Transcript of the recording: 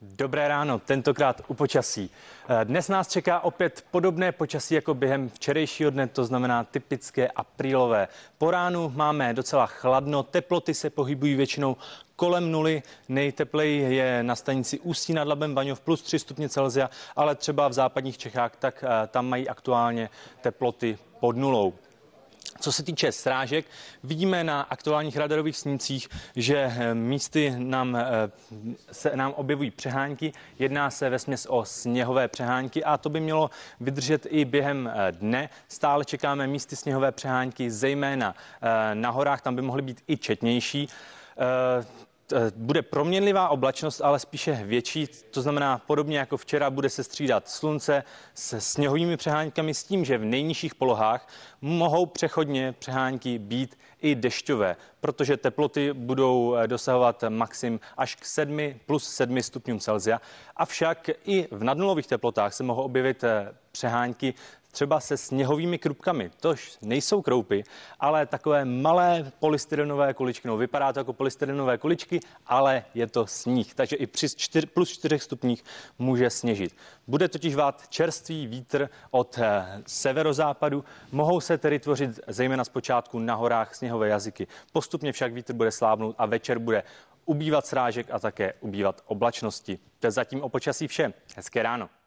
Dobré ráno, tentokrát u počasí. Dnes nás čeká opět podobné počasí jako během včerejšího dne, to znamená typické aprílové. Po ránu máme docela chladno, teploty se pohybují většinou kolem nuly, nejtepleji je na stanici Ústí nad Labem Vaňov plus 3 stupně Celsia, ale třeba v západních Čechách, tak tam mají aktuálně teploty pod nulou. Co se týče srážek, vidíme na aktuálních radarových snímcích, že místy se nám objevují přehánky. Jedná se vesměs o sněhové přehánky a to by mělo vydržet i během dne. Stále čekáme místy sněhové přehánky, zejména na horách, tam by mohly být i četnější. Bude proměnlivá oblačnost, ale spíše větší, to znamená podobně jako včera bude se střídat slunce se sněhovými přehánkami s tím, že v nejnižších polohách mohou přechodně přehánky být i dešťové, protože teploty budou dosahovat maxim až k 7 plus 7 stupňům Celsia. Avšak i v nadnulových teplotách se mohou objevit přehánky třeba se sněhovými krupkami. Tož nejsou kroupy, ale takové malé polystyrenové kuličky. No, vypadá to jako polystyrenové kuličky, ale je to sníh. Takže i při plus 4 stupních může sněžit. Bude totiž vát čerstvý vítr od severozápadu. Mohou se tedy tvořit zejména zpočátku na horách sněhové jazyky. Postupně však vítr bude slábnout a večer bude ubývat srážek a také ubývat oblačnosti. To je zatím o počasí vše. Hezké ráno.